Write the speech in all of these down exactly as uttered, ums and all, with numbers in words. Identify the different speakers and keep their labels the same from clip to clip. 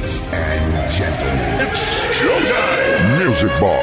Speaker 1: Ladies and gentlemen, it's showtime. Music Box.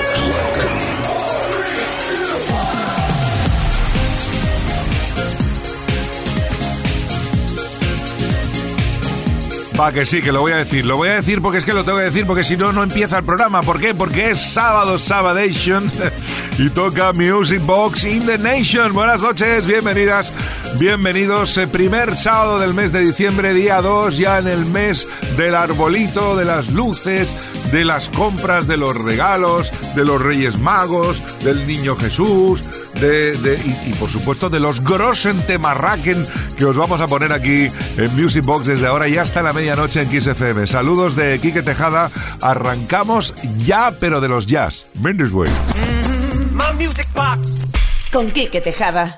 Speaker 2: Va, que sí, que lo voy a decir. Lo voy a decir porque es que lo tengo que decir, porque si no, no empieza el programa. ¿Por qué? Porque es sábado, Sabadation, y toca Music Box in the Nation. Buenas noches, bienvenidas, bienvenidos. Eh, primer sábado del mes de diciembre, día dos, ya en el mes del arbolito, de las luces, de las compras, de los regalos, de los Reyes Magos, del Niño Jesús, de, de y, y por supuesto de los Groschen Temarraken que os vamos a poner aquí en Music Box desde ahora y hasta la medianoche en Kiss F M. Saludos de Quique Tejada. Arrancamos ya, pero de los jazz. Mendes Way.
Speaker 3: Mm, my Music Box
Speaker 4: con Quique Tejada.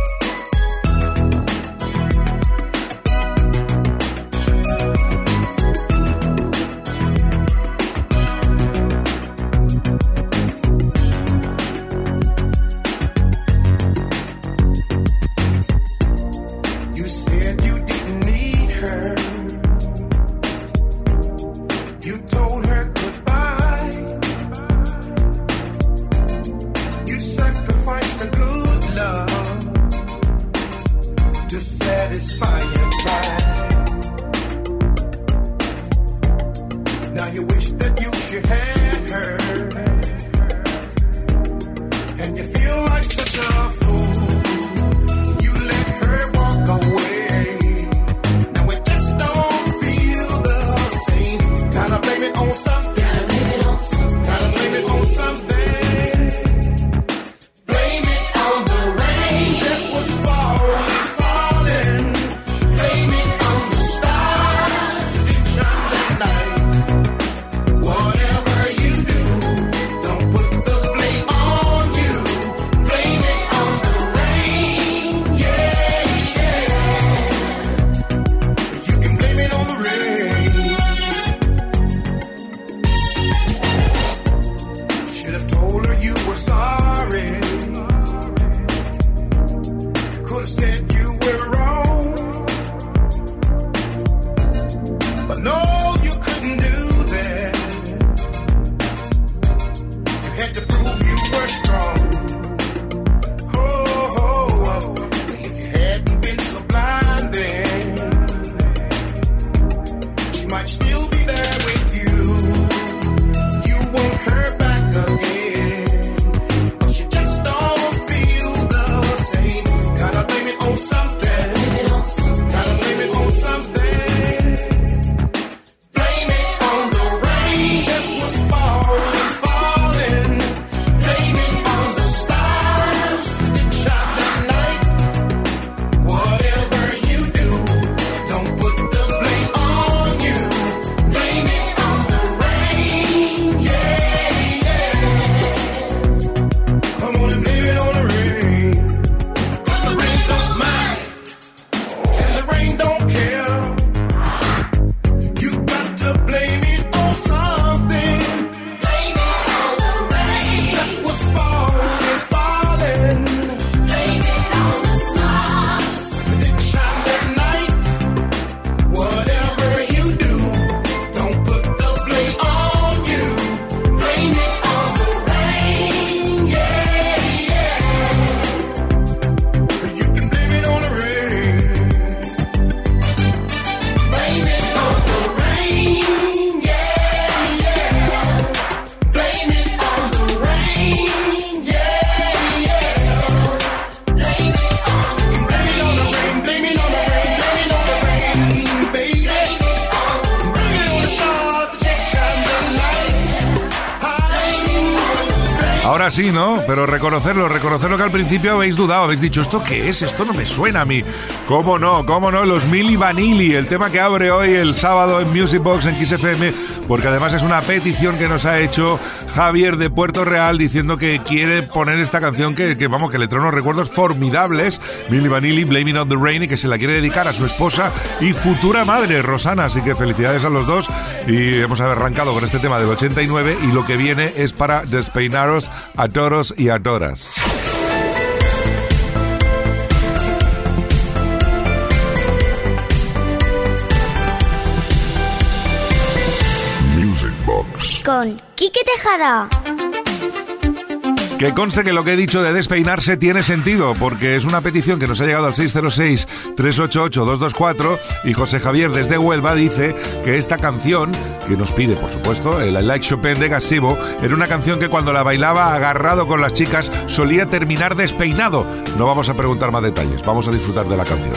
Speaker 2: Ahora sí, ¿no? Pero reconocerlo, reconocerlo que al principio habéis dudado, habéis dicho, ¿esto qué es? Esto no me suena a mí. ¿Cómo no? ¿Cómo no? Los Milli Vanilli, el tema que abre hoy el sábado en Music Box en Kiss F M, porque además es una petición que nos ha hecho Javier de Puerto Real diciendo que quiere poner esta canción que, que vamos, que le trae unos recuerdos formidables, Milli Vanilli, Blaming on the Rain, y que se la quiere dedicar a su esposa y futura madre, Rosana. Así que felicidades a los dos y hemos arrancado con este tema del ochenta y nueve y lo que viene es para despeinaros a toros y a toras.
Speaker 5: con Quique Tejada.
Speaker 2: Que conste que lo que he dicho de despeinarse tiene sentido, porque es una petición que nos ha llegado al seis cero seis, tres ocho ocho, dos dos cuatro y José Javier desde Huelva dice que esta canción, que nos pide por supuesto, el I Like Chopin de Gazebo, era una canción que cuando la bailaba agarrado con las chicas solía terminar despeinado. No vamos a preguntar más detalles, vamos a disfrutar de la canción.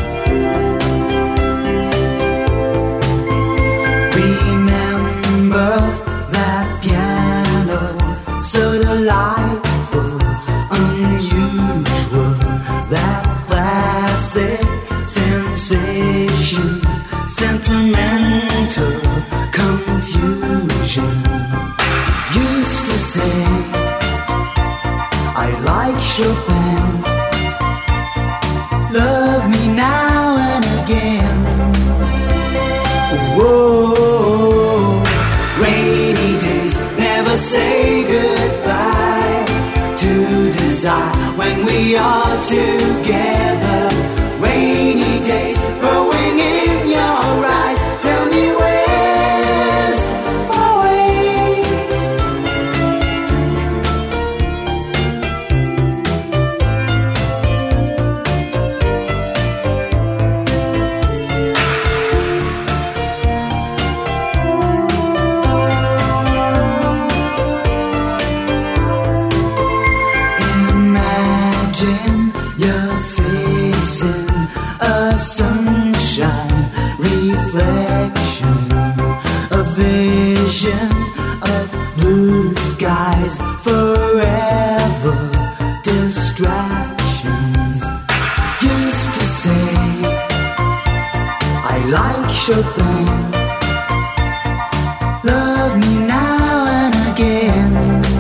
Speaker 6: Remember that piano, so delightful, unusual, that classic sensation, sentimental confusion. Used to say, I like Chopin, love me now and again. Whoa, rainy days never say goodbye to desire when we are together. Rainy days growing in your eyes. Tell me where's my way. Imagine you're facing a sunshine reflection, a vision of blue skies, forever distractions. Used to say, I like Chopin, love me now and again.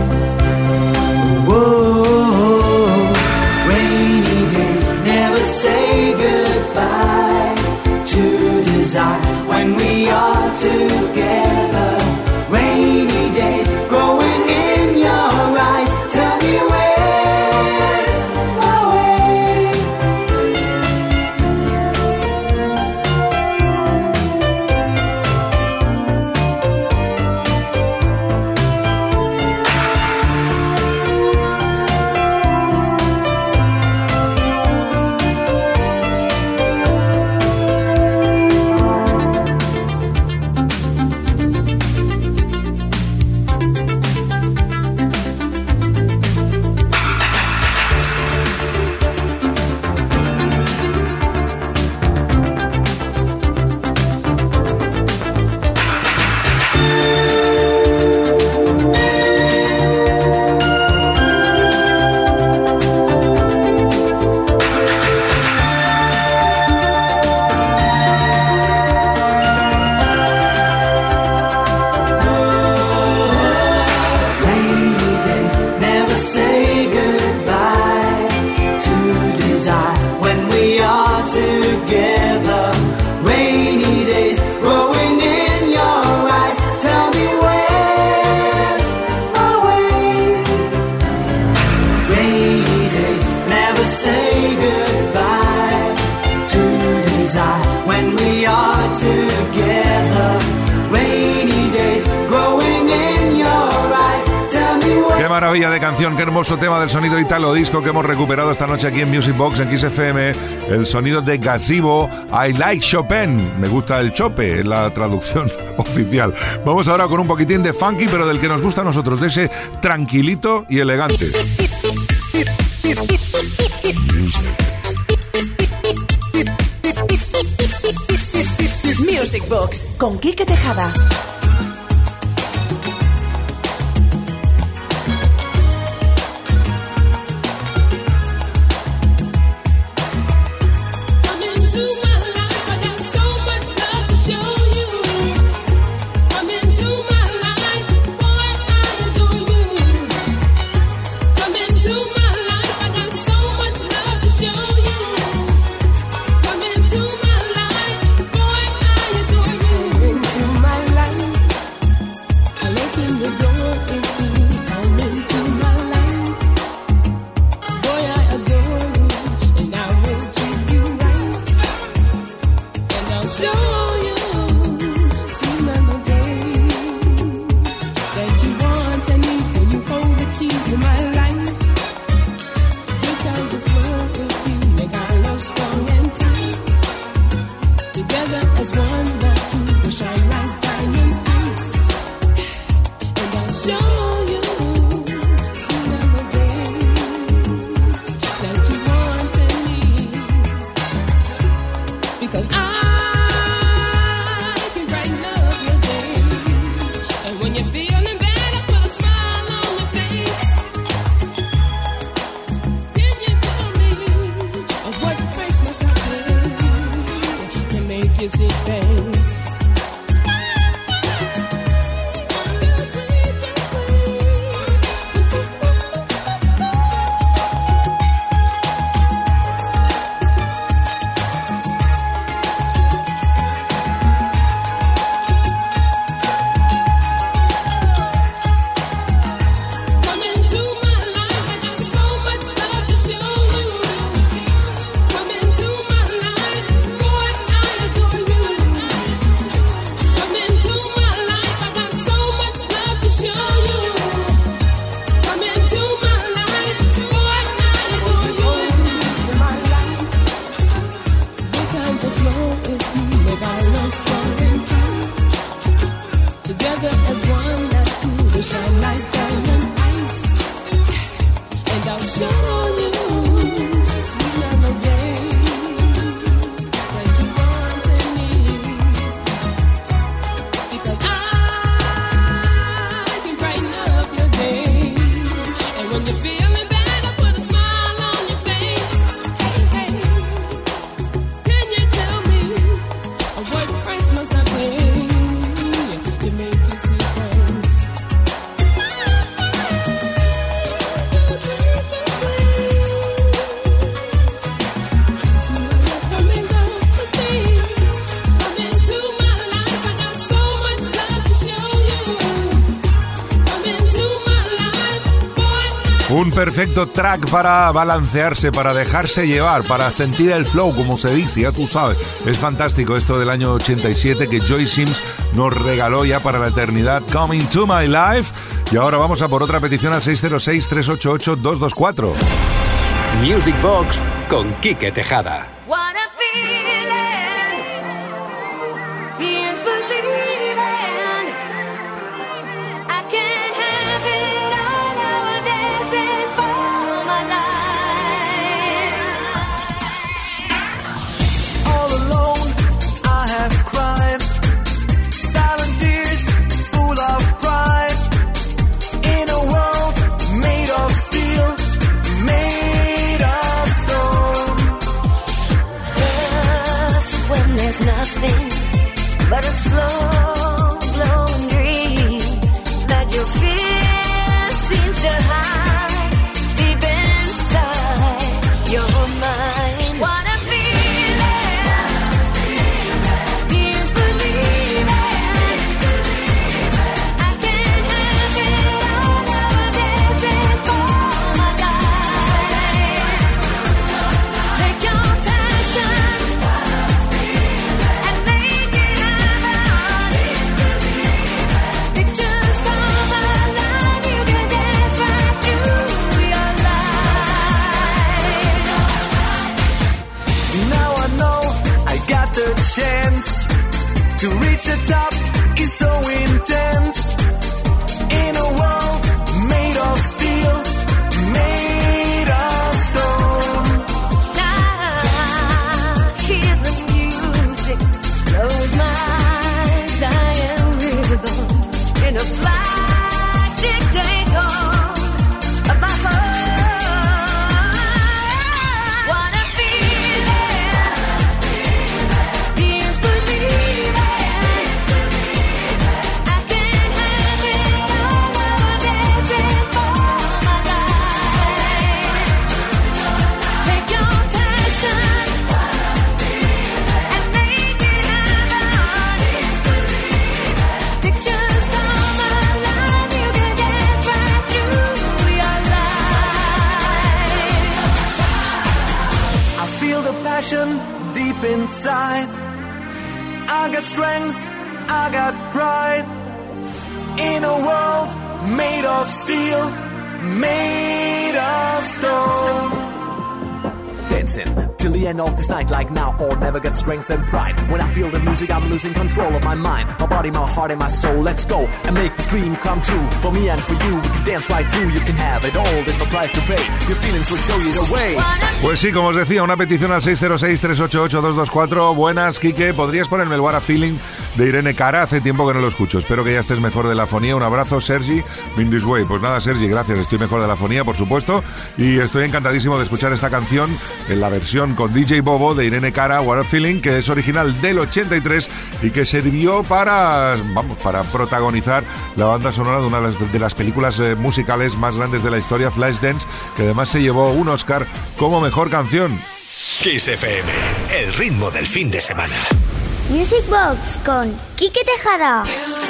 Speaker 6: Whoa, rainy days never say goodbye to desire when we are together. Rainy days growing in your eyes. Tell me where's my way. Rainy days never say goodbye to desire when we are together. Rainy days growing in your eyes. Tell me where's my way. Rainy days never say goodbye to desire when we are together. Rainy days growing in your eyes. Tell me where.
Speaker 2: Qué maravilla de canción, qué hermoso tema del sonido italo disco que hemos recuperado esta noche aquí en Music Box en Kiss F M. El sonido de Gazebo, I Like Chopin. Me gusta el chope, en la traducción oficial. Vamos ahora con un poquitín de funky, pero del que nos gusta a nosotros, de ese tranquilito y elegante.
Speaker 4: Music Box con Quique Tejada.
Speaker 7: Come into my life, I got so much love to show you. Come into my life, boy, I adore you. Come into my life, I got so much love to show you. Come into my life, boy, I adore you.
Speaker 8: Into my life.
Speaker 7: one, not two, will shine like diamond ice. And I'll show you sweet melodies that you want and need. Because I can brighten up your days. And when you're feeling bad, I put a smile on your face. Can you tell me of what price must I pay to make you see things? Come into my life, I got so much love to show you. Come into my life, boy, I adore you. Come into my life, I got so much love to show you. Come into my life, boy, I adore you. No time to flow if you make our love strong and tight. Together as one, not two, we shine like diamond ice. And I'll show you sweet melodies that you want and need. Because I can brighten up your days. And when you're feeling bad, I put a smile on your face. Hey, hey, can you tell me what price must I pay to make you see things? Come and go with me. Come into my life, I got so much love to show you. Come into my life, boy, I
Speaker 2: Un perfecto track para balancearse, para dejarse llevar, para sentir el flow, como se dice, ya tú sabes. Es fantástico esto del año ochenta y siete que Joy Sims nos regaló ya para la eternidad, Coming to My Life. Y ahora vamos a por otra petición al seis cero seis, tres ocho ocho, dos dos cuatro.
Speaker 8: Music Box con Quique Tejada.
Speaker 6: What a feeling is believing. I can't have it all nowadays and for my life. All alone, I have cried silent tears full of pride in a world made of steel, made of stone. Just when there's nothing but a slow glowing dream that your fear seems to hide deep inside your mind. What a feeling is believing. I can't have it all nowadays and for my life. Take your passion and make it alive. Pictures come alive, you can dance right through your life. Now I know I got the chance to reach the top, is so intense. In a world made of steel, made of stone. Now hear the music, close my eyes, I am rhythm in a flash dictator of my heart. What a feeling is believing. I can't have it all nowadays and for my life. Take your passion and make it alive. Pictures come alive, you can dance right through your life. I feel the passion deep inside. I got strength, I got pride. In a world made of steel, made of stone.
Speaker 8: Tencent,
Speaker 9: till the end of this night, like now or never, get strength and pride. When I feel the music, I'm losing control of my mind, my body, my heart and my soul. Let's go and make this dream come true. For me and for you, we can dance right through. You can have it all, there's no price to pay. Your feelings will show you the way.
Speaker 2: Pues sí, como os decía, una petición al seis cero seis, tres ocho ocho, dos dos cuatro. Buenas, Quique, ¿podrías ponerme el What a Feeling de Irene Cara? Hace tiempo que no lo escucho. Espero que ya estés mejor de la fonía. Un abrazo, Sergi, Been This Way. Pues nada, Sergi, gracias. Estoy mejor de la fonía, por supuesto. Y estoy encantadísimo de escuchar esta canción en la versión con D J Bobo de Irene Cara, What a Feeling, que es original del ochenta y tres y que sirvió para, vamos, para protagonizar la banda sonora de una de las, de las películas eh, musicales más grandes de la historia, Flashdance, que además se llevó un Oscar como mejor canción.
Speaker 8: Kiss F M, el ritmo del fin de semana.
Speaker 5: Music Box con Quique Tejada.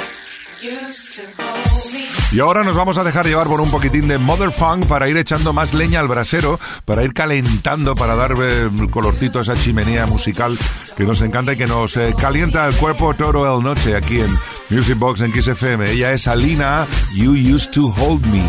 Speaker 2: Y ahora nos vamos a dejar llevar por un poquitín de Mother Funk para ir echando más leña al brasero, para ir calentando, para dar eh, colorcito a esa chimenea musical que nos encanta y que nos eh, calienta el cuerpo toda la noche aquí en Music Box en Kiss F M. Ella es Alina, You Used to Hold Me.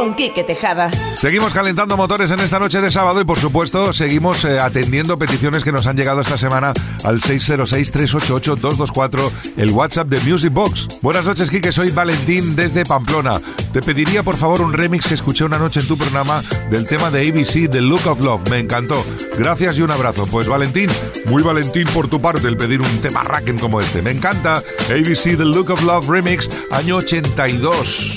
Speaker 4: con Quique Tejada.
Speaker 2: Seguimos calentando motores en esta noche de sábado y por supuesto seguimos eh, atendiendo peticiones que nos han llegado esta semana al seis cero seis, tres ocho ocho, dos dos cuatro, el WhatsApp de Music Box. Buenas noches, Quique, soy Valentín desde Pamplona. Te pediría por favor un remix que escuché una noche en tu programa del tema de A B C, The Look of Love. Me encantó. Gracias y un abrazo. Pues Valentín, muy Valentín por tu parte el pedir un tema racken como este. Me encanta. A B C, The Look of Love remix, año ochenta y dos.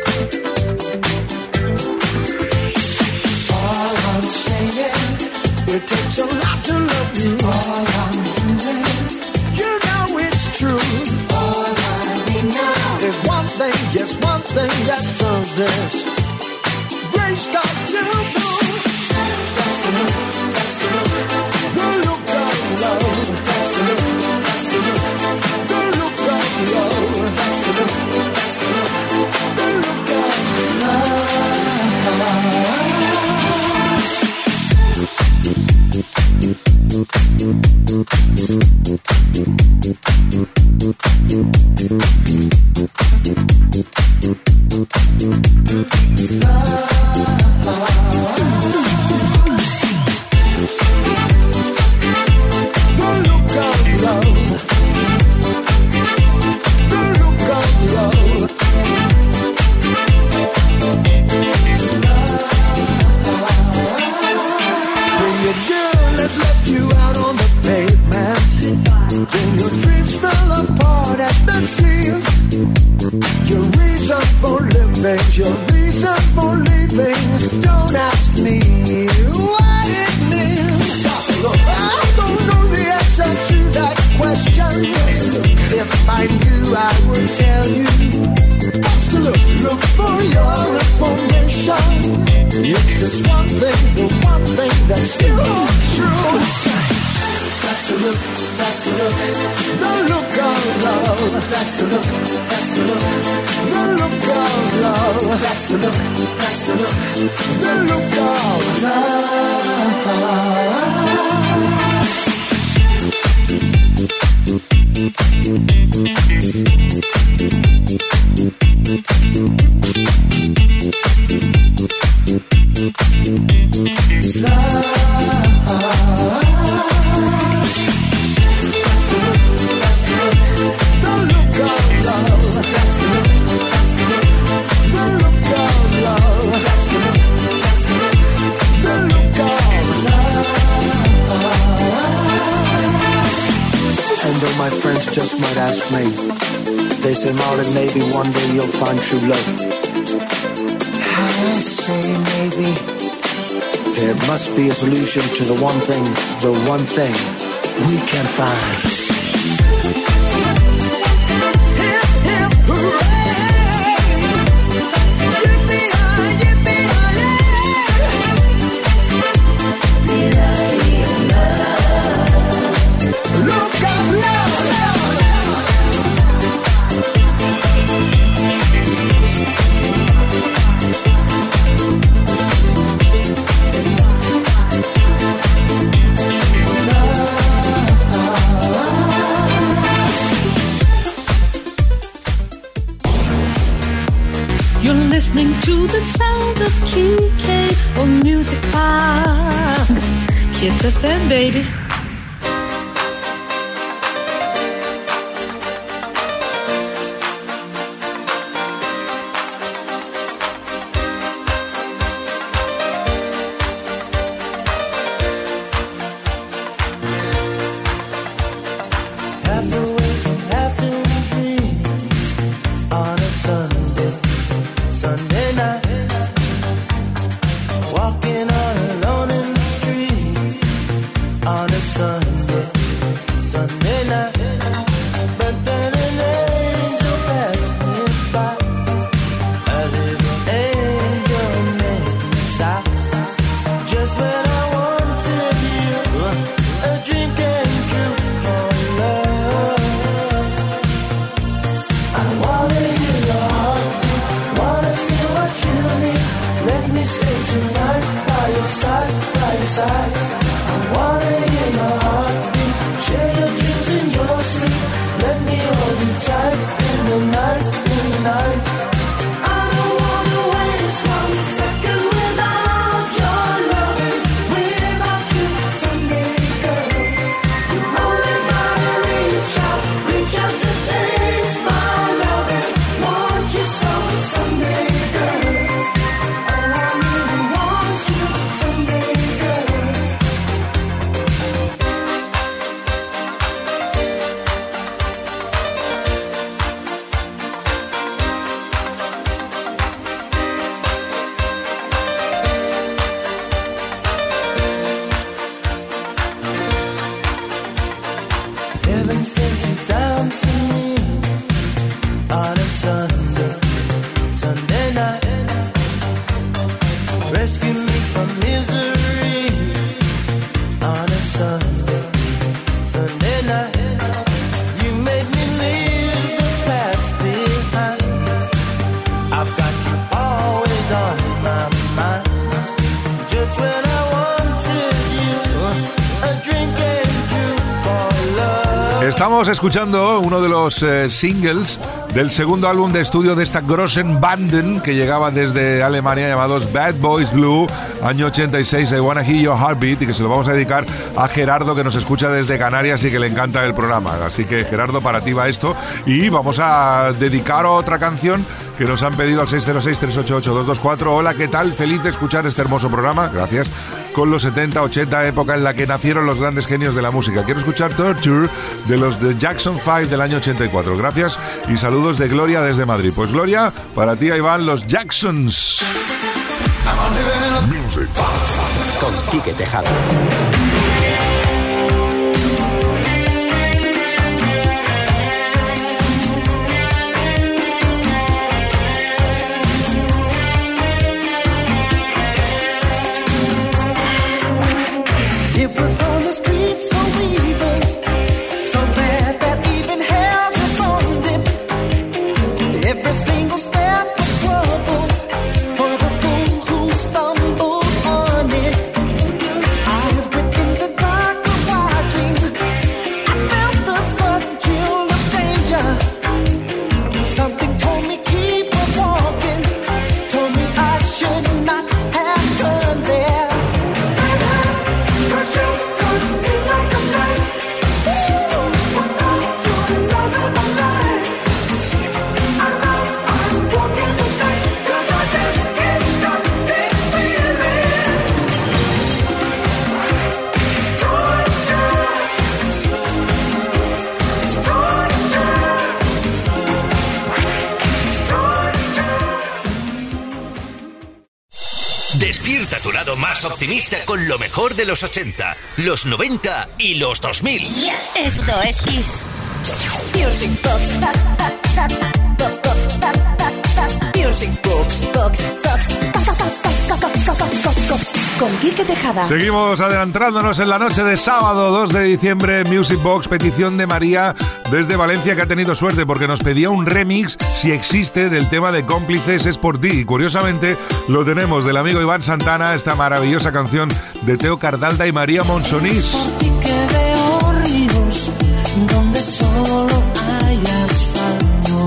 Speaker 10: It takes a lot to love you. All I'm doing, you know it's true. All I need now is one thing, yes, one thing that turns this grace got to prove. That's the look, that's the look, the look of love. That's the look, that's the look, the look of love. That's the look, that's the look, the look of love. Your reason for leaving, don't ask me what it means. Look, I don't know the answer to that question. If I knew, I would tell you. Ask to look, look for your information. It's this one thing, the one thing that still holds true. That's the look, that's the look, the look of love. That's the look, that's the look, the look of love. That's the look, that's the look, the look of my friends just might ask me. They say, Martin, maybe one day you'll find true love. I say maybe. There must be a solution to the one thing, the one thing we can find. Hip, hip, hooray! Yippee-yi, yippee-yi-yi! Look up, love!
Speaker 11: You're listening to the sound of Kike on Music Box. Kiss F M, baby.
Speaker 10: Tonight, by your side, by your side, I wanna hear your heart.
Speaker 6: rescue me from misery on a Sunday, Sunday night. You made me leave the past behind. I've got you always on my mind. Just when I wanted you, a drink and drink for love.
Speaker 2: Estamos escuchando uno de los eh, singles del segundo álbum de estudio de esta Grossen Banden que llegaba desde Alemania, llamados Bad Boys Blue, año ochenta y seis, I Wanna Hear Your Heartbeat, y que se lo vamos a dedicar a Gerardo, que nos escucha desde Canarias y que le encanta el programa. Así que, Gerardo, para ti va esto, y vamos a dedicar otra canción que nos han pedido al seis cero seis, tres ocho ocho, dos dos cuatro. Hola, ¿qué tal? Feliz de escuchar este hermoso programa, gracias, con los setenta, ochenta, época en la que nacieron los grandes genios de la música. Quiero escuchar Torture de los The Jackson Five del año ochenta y cuatro. Gracias y saludos de Gloria desde Madrid. Pues Gloria, para ti ahí van los Jacksons.
Speaker 8: Music con Quique Tejada.
Speaker 6: It was on the street so evil, so bad that even hell was on it. Every single step was trouble for the fool who stumbled on it. I was within the dark of watching. I felt the sudden chill of danger. Something told me keep on walking, told me I should not have gone there. Cause you could be like a knife, ooh, without your love in my life. I know I'm walking the night, cause I just can't stop this feeling. It's torture, it's torture, it's torture.
Speaker 8: Despierta tu lado más optimista con lo mejor de los ochenta, los noventa y los dos mil.
Speaker 12: Esto es Kiss.
Speaker 4: Music Box. Pa, pa, pa, pa, pa, pa, pa, pa. Music Box. Box. Box. Pa, pa, pa, pa, pa, pa, pa, pa, pa. Con Quique Tejada.
Speaker 2: Seguimos adelantándonos en la noche de sábado dos de diciembre. Music Box, petición de María desde Valencia, que ha tenido suerte porque nos pedía un remix, si existe, del tema de Cómplices es por ti. Y curiosamente lo tenemos del amigo Iván Santana, esta maravillosa canción de Teo Cardalda y María Monsonís.
Speaker 13: Por ti que veo ríos donde solo hay asfalto.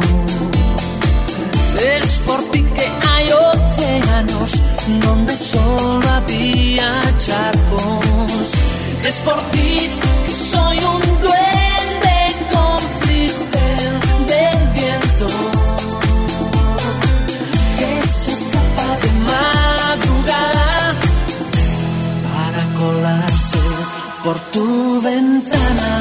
Speaker 13: Es por ti que hay océanos donde solo había charcos. Es por ti que soy un duende cómplice del viento que se escapa de madrugada para colarse por tu ventana.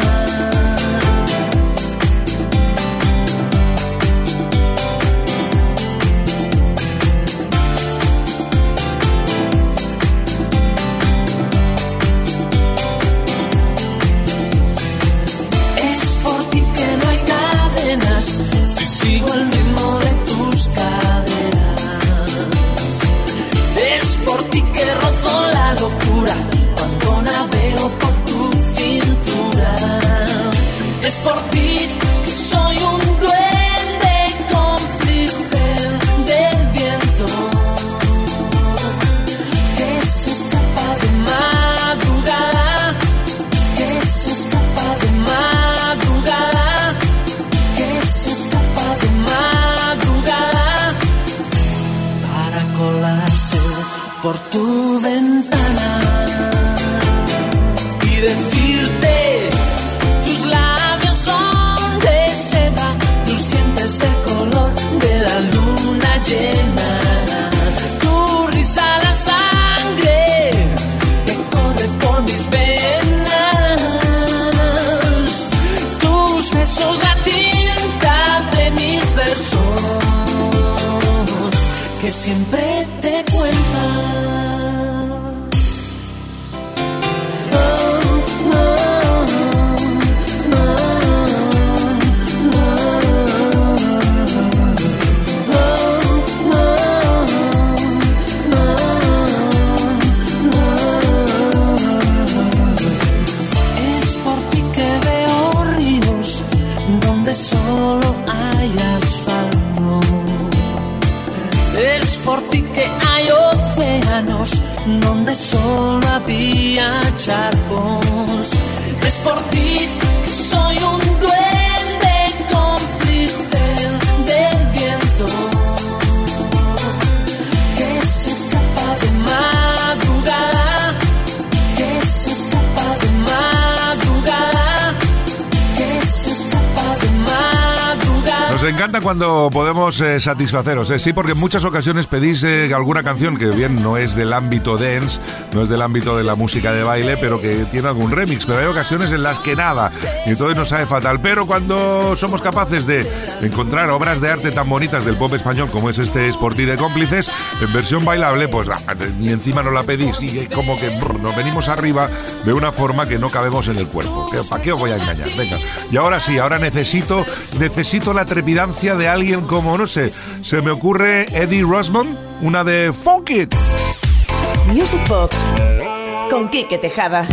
Speaker 13: Si sigo el ritmo de tus caderas, es por ti que rozo la locura cuando navego por tu cintura. Es por ti que soy un duende cómplice del viento que se escapa de madrugada, que se escapa de madrugada. Se escapa de madrugada para colarse por tu ventana y decirte: tus labios son de seda, tus dientes de color de la luna llena, tu risa la sangre que corre por mis venas, tus besos la mis versos que siempre te cuentan. Oh, oh, oh, oh, oh, oh, oh. años donde solo había charcos. Es por ti que soy un duende cómplice del viento que se escapa de madrugada, que se escapa de madrugada, que se escapa de madrugada.
Speaker 2: Nos encanta cuando podemos eh, satisfaceros, ¿eh? Sí, porque en muchas ocasiones pedís eh, alguna canción que bien no es del ámbito dance, no es del ámbito de la música de baile, pero que tiene algún remix, pero hay ocasiones en las que nada, y entonces nos sabe fatal. Pero cuando somos capaces de encontrar obras de arte tan bonitas del pop español como es este Sporty de Cómplices, en versión bailable, pues ni encima nos la pedís, y como que brr, nos venimos arriba de una forma que no cabemos en el cuerpo. ¿Para qué os voy a engañar? Venga. Y ahora sí, ahora necesito, necesito la trepidancia de alguien como, no sé, se me ocurre Eddie Rusmond, una de Funk It.
Speaker 4: Music Box con Quique Tejada.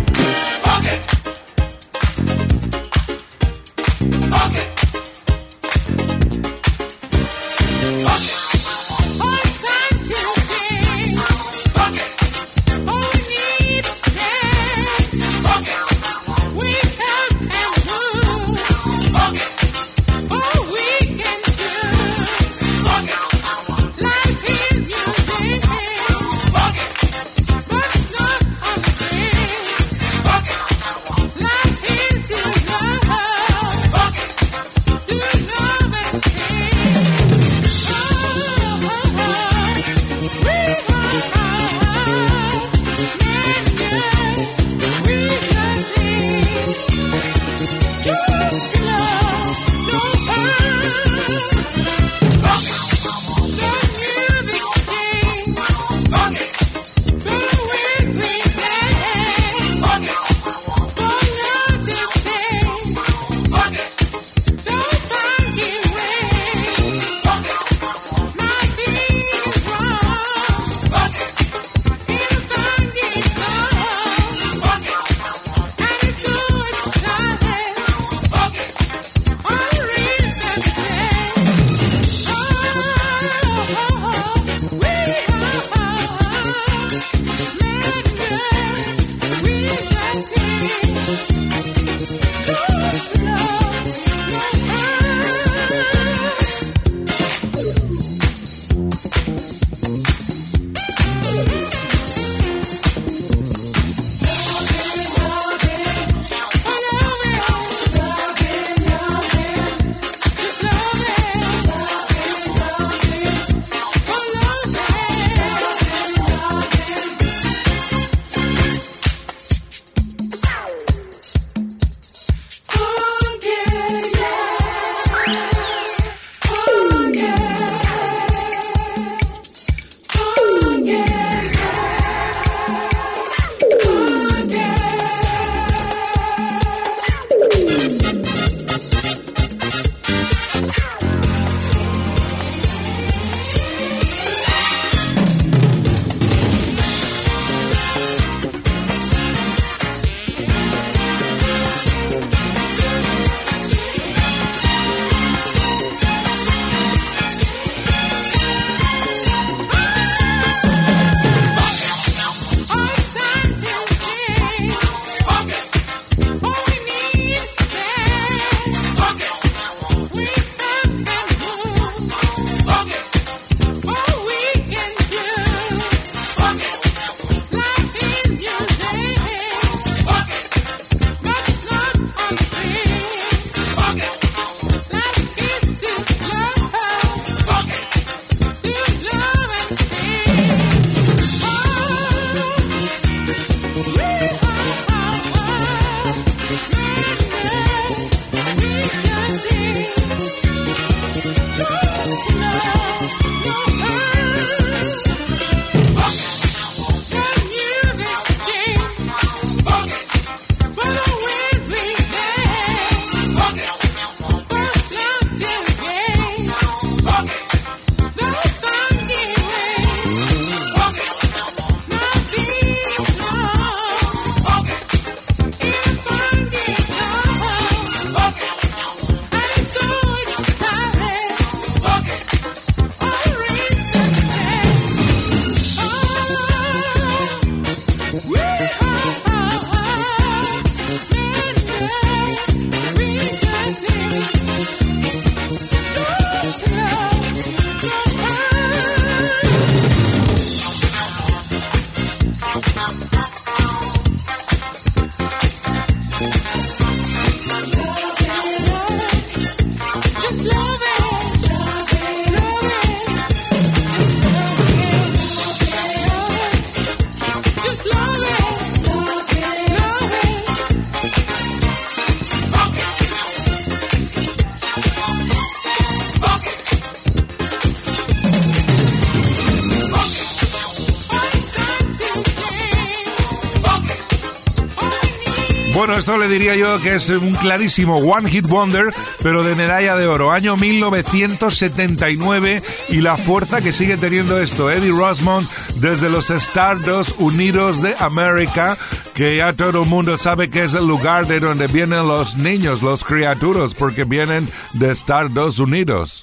Speaker 2: Bueno, esto le diría yo que es un clarísimo One Hit Wonder, pero de medalla de oro. Año mil novecientos setenta y nueve y la fuerza que sigue teniendo esto. Eddie Rusmond desde los Stardust Unidos de América, que ya todo el mundo sabe que es el lugar de donde vienen los niños, los criaturas, porque vienen de Stardust Unidos.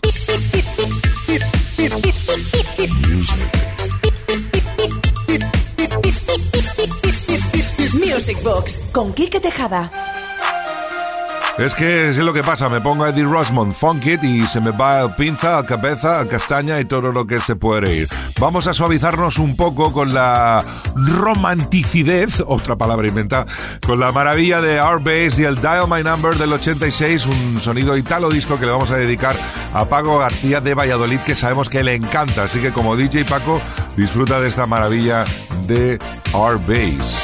Speaker 4: Music Box con Quique Tejada.
Speaker 2: Es que es lo que pasa, me pongo a Eddie Rusmond, Funk It, y se me va el pinza, a cabeza, a castaña y todo lo que se puede ir. Vamos a suavizarnos un poco con la romanticidad, otra palabra inventada, con la maravilla de R-Bass y el Dial My Number del ochenta y seis, un sonido italo disco que le vamos a dedicar a Paco García de Valladolid, que sabemos que le encanta. Así que como D J Paco, disfruta de esta maravilla de R-Bass.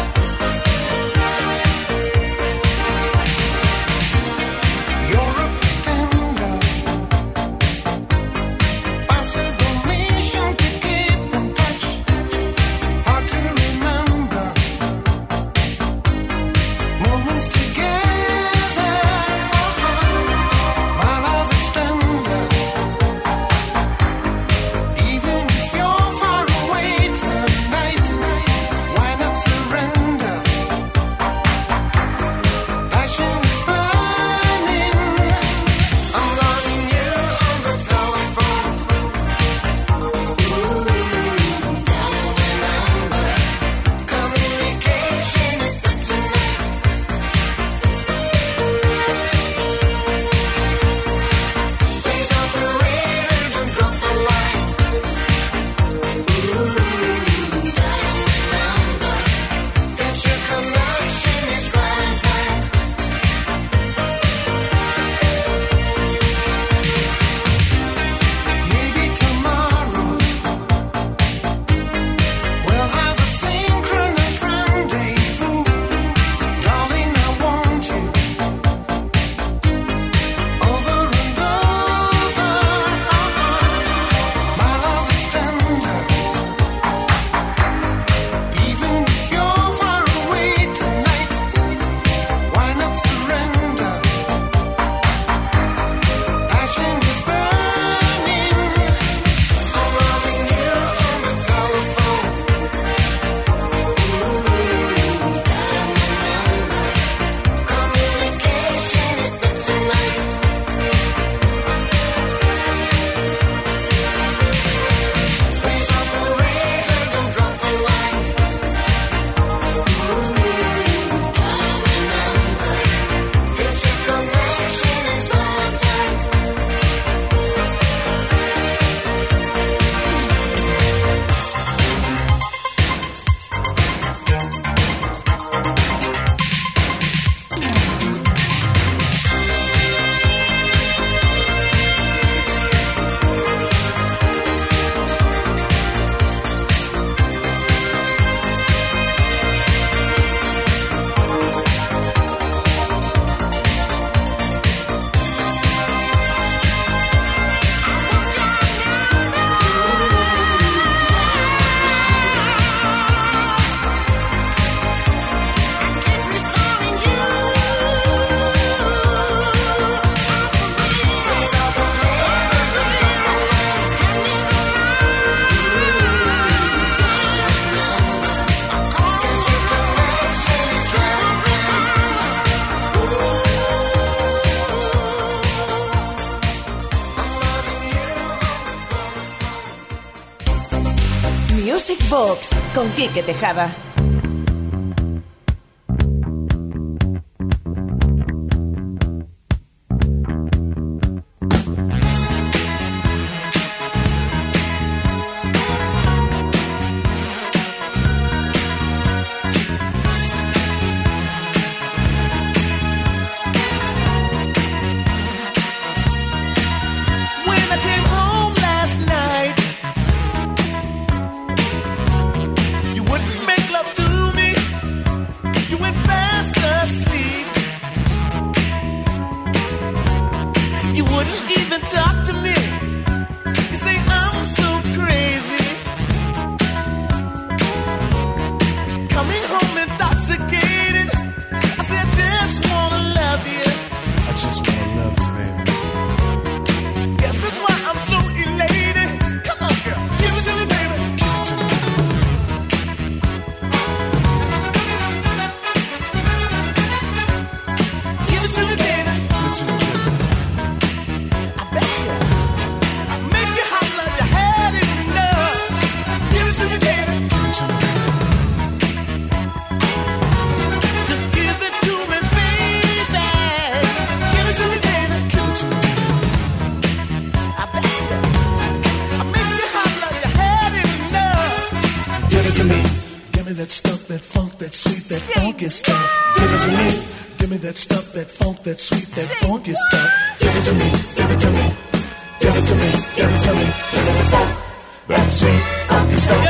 Speaker 4: Music Box con Quique Tejada.
Speaker 10: Love to me. Give me that stuff, that funk, that sweet, that funky stuff. Give it to me. Give me that stuff, that funk, that sweet, that funky stuff. Give it to me. Give it to me. Give it to me. Give it to me. Give me the funk, that sweet, funky stuff.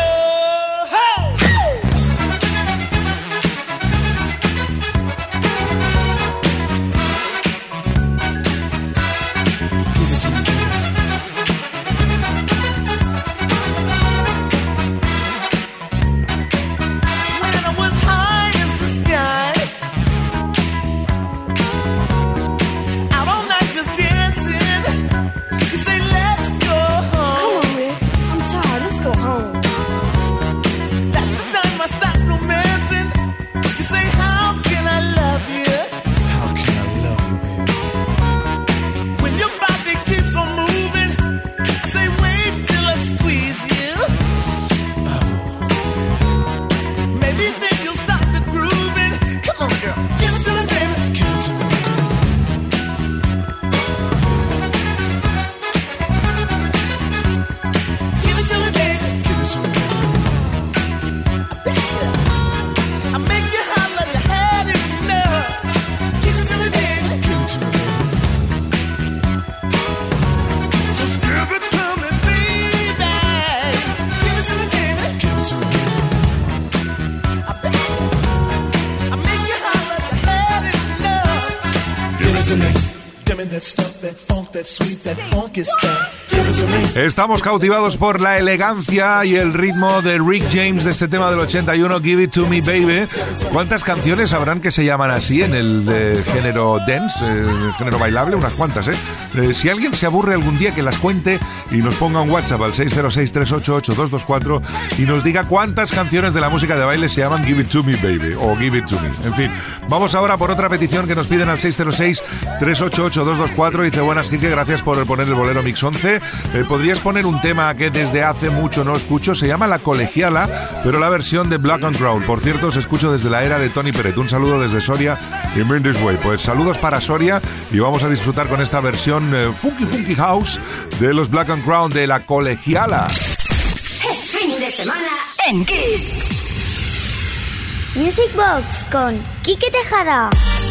Speaker 2: Estamos cautivados por la elegancia y el ritmo de Rick James de este tema del ochenta y uno, Give It To Me Baby. ¿Cuántas canciones habrán que se llaman así en el de género dance, eh, género bailable? Unas cuantas, ¿eh? ¿eh? Si alguien se aburre algún día, que las cuente y nos ponga un WhatsApp al seis cero seis, tres ocho ocho, dos dos cuatro y nos diga cuántas canciones de la música de baile se llaman Give It To Me Baby o Give It To Me. En fin, vamos ahora por otra petición que nos piden al seis cero seis, tres ocho ocho, dos dos cuatro. Dice: buenas, Quique, gracias por poner el bolero Mix once. Eh, ¿Podrías poner un tema que desde hace mucho no escucho? Se llama La Colegiala, pero la versión de Black and Crown. Por cierto, os escucho desde la era de Tony Peret. Un saludo desde Soria y Mean This Way. Pues saludos para Soria y vamos a disfrutar con esta versión eh, funky funky house de los Black and Crown de La Colegiala.
Speaker 12: Es fin de semana en Kiss.
Speaker 5: Music Box con Quique Tejada.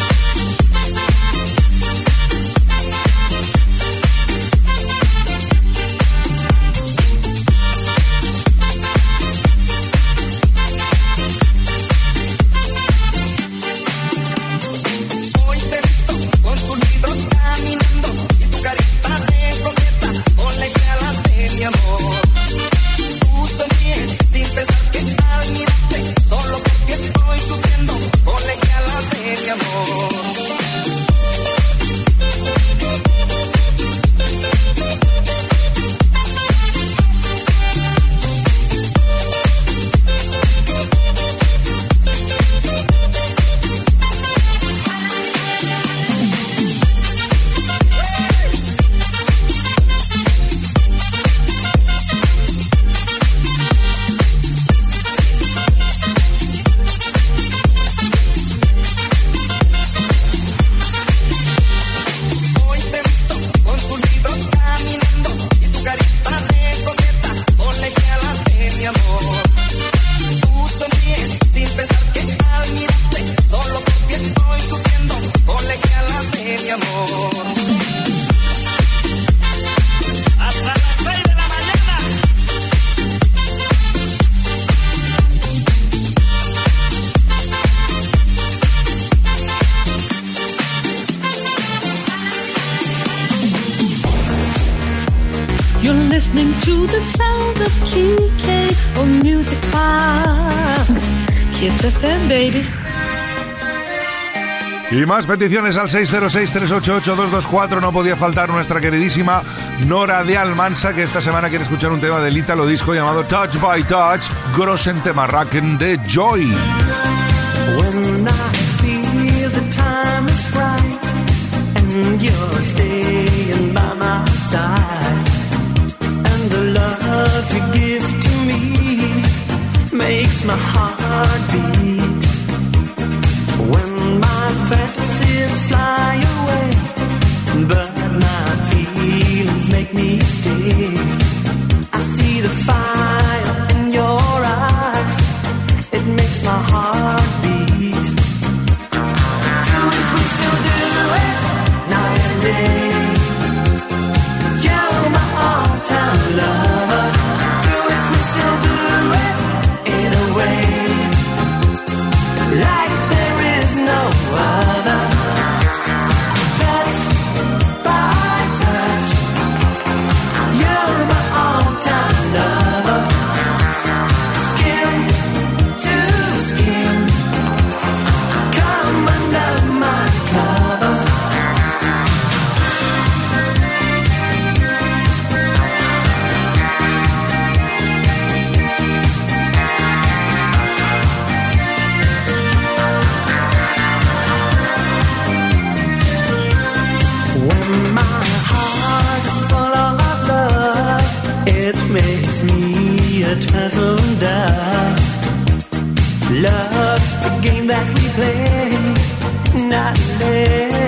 Speaker 11: Listening to the sound of Kike on Music Box. Kiss F M, baby.
Speaker 2: Y más peticiones al seis cero seis, tres ocho ocho, dos dos cuatro. No podía faltar nuestra queridísima Nora de Almansa, que esta semana quiere escuchar un tema del Ítalo Disco llamado Touch by Touch, Grossen Temarraken de Joy.
Speaker 6: When I feel the time is right and you're staying by my side, and the love you give to me makes my heart beat. When my fantasies fly away, but my feelings make me stay, I see the fire in your eyes. Love's the game that we play night and day.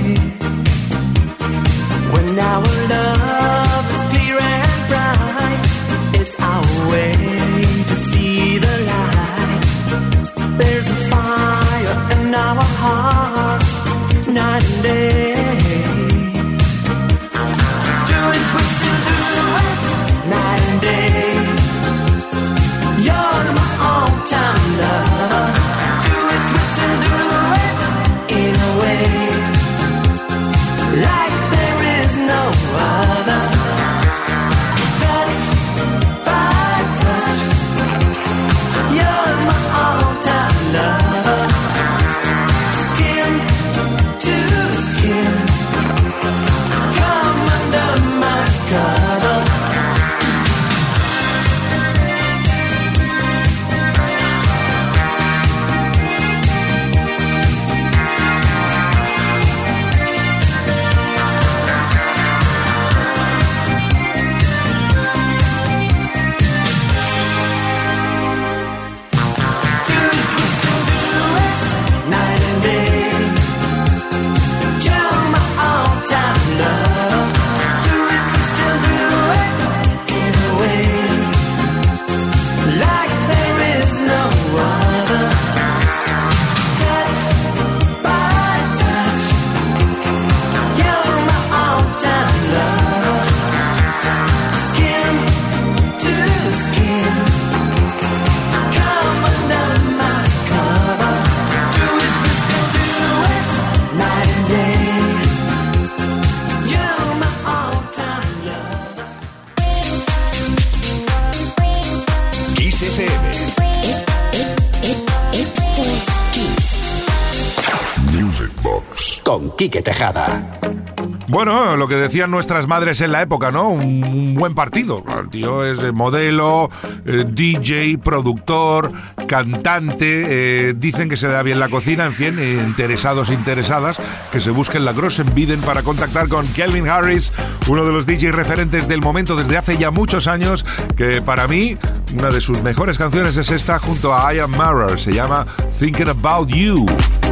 Speaker 6: When our love is clear and bright, it's our way to see the light. There's a fire in our hearts night and day. Do it, twist and do it night and day. You're my all-time lover. Do it, twist and do it in a way like there is no other. Touch by touch, you're my all-time lover. Skin to skin, come under my cover.
Speaker 8: Con Quique Tejada.
Speaker 2: Bueno, lo que decían nuestras madres en la época, ¿no? Un, un buen partido. El tío es modelo, eh, D J, productor, cantante. Eh, dicen que se da bien la cocina. En fin, eh, interesados e interesadas que se busquen la Grossenbiden para contactar con Calvin Harris, uno de los D Js referentes del momento desde hace ya muchos años, que para mí una de sus mejores canciones es esta junto a Ian Murray. Se llama Thinking About You.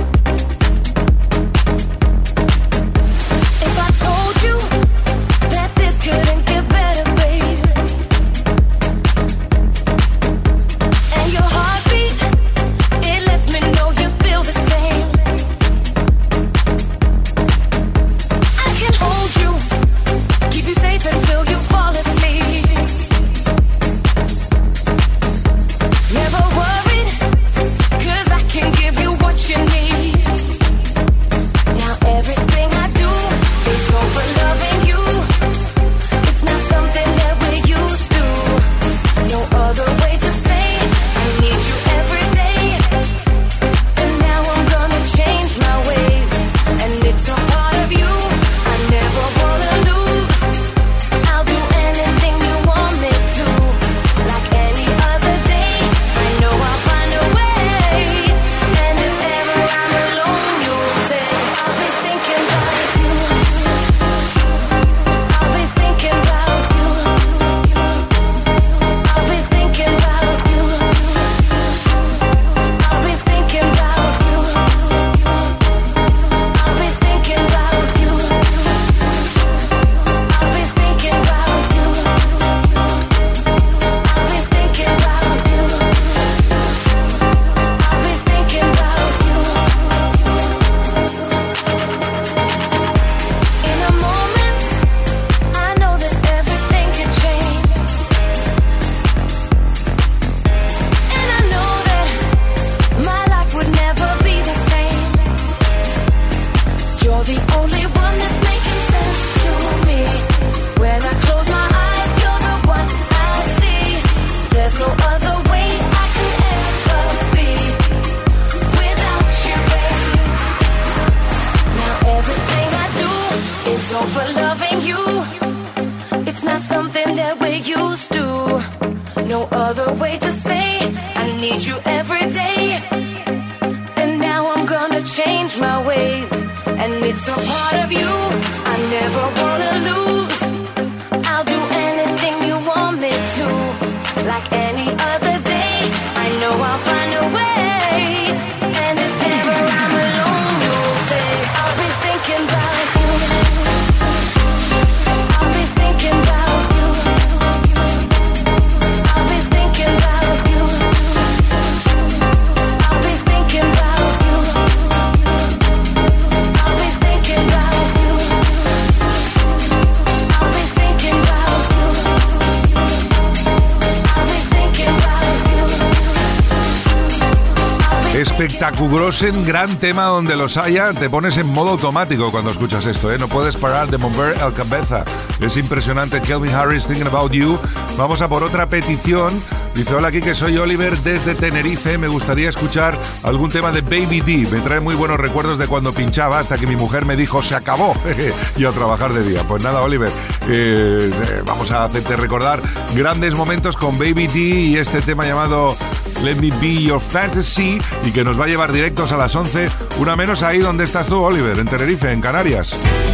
Speaker 14: Change my ways, and it's a part of you I never wanna lose. I'll do anything you want me to, like any other day. I know I'll find a way.
Speaker 2: Espectacugrosen, gran tema donde los haya. Te pones en modo automático cuando escuchas esto, ¿eh? No puedes parar de mover el cabeza. Es impresionante. Calvin Harris, Thinking About You. Vamos a por otra petición. Dice, hola, aquí que soy Oliver desde Tenerife. Me gustaría escuchar algún tema de Baby D. Me trae muy buenos recuerdos de cuando pinchaba hasta que mi mujer me dijo, se acabó. Y a trabajar de día. Pues nada, Oliver, eh, eh, vamos a hacerte recordar grandes momentos con Baby D y este tema llamado Let Me Be Your Fantasy, y que nos va a llevar directos a las once, una menos ahí donde estás tú, Oliver, en Tenerife, en Canarias.